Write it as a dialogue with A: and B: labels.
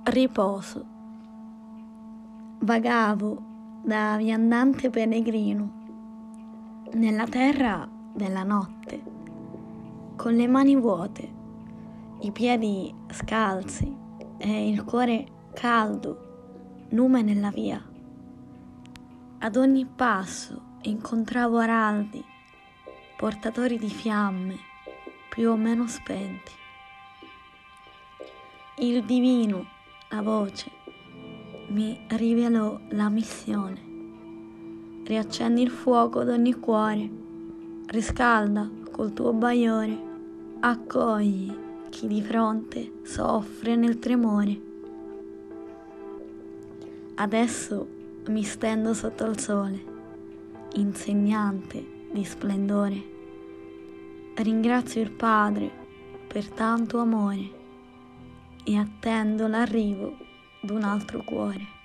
A: Riposo. Vagavo da viandante pellegrino nella terra della notte, con le mani vuote, i piedi scalzi e il cuore caldo, lume nella via. Ad ogni passo incontravo araldi, portatori di fiamme più o meno spenti. Il divino, la voce, mi rivelò la missione. Riaccendi il fuoco d'ogni cuore, riscalda col tuo bagliore, accogli chi di fronte soffre nel tremore. Adesso mi stendo sotto il sole, insegnante di splendore. Ringrazio il Padre per tanto amore e attendo l'arrivo d'un altro cuore.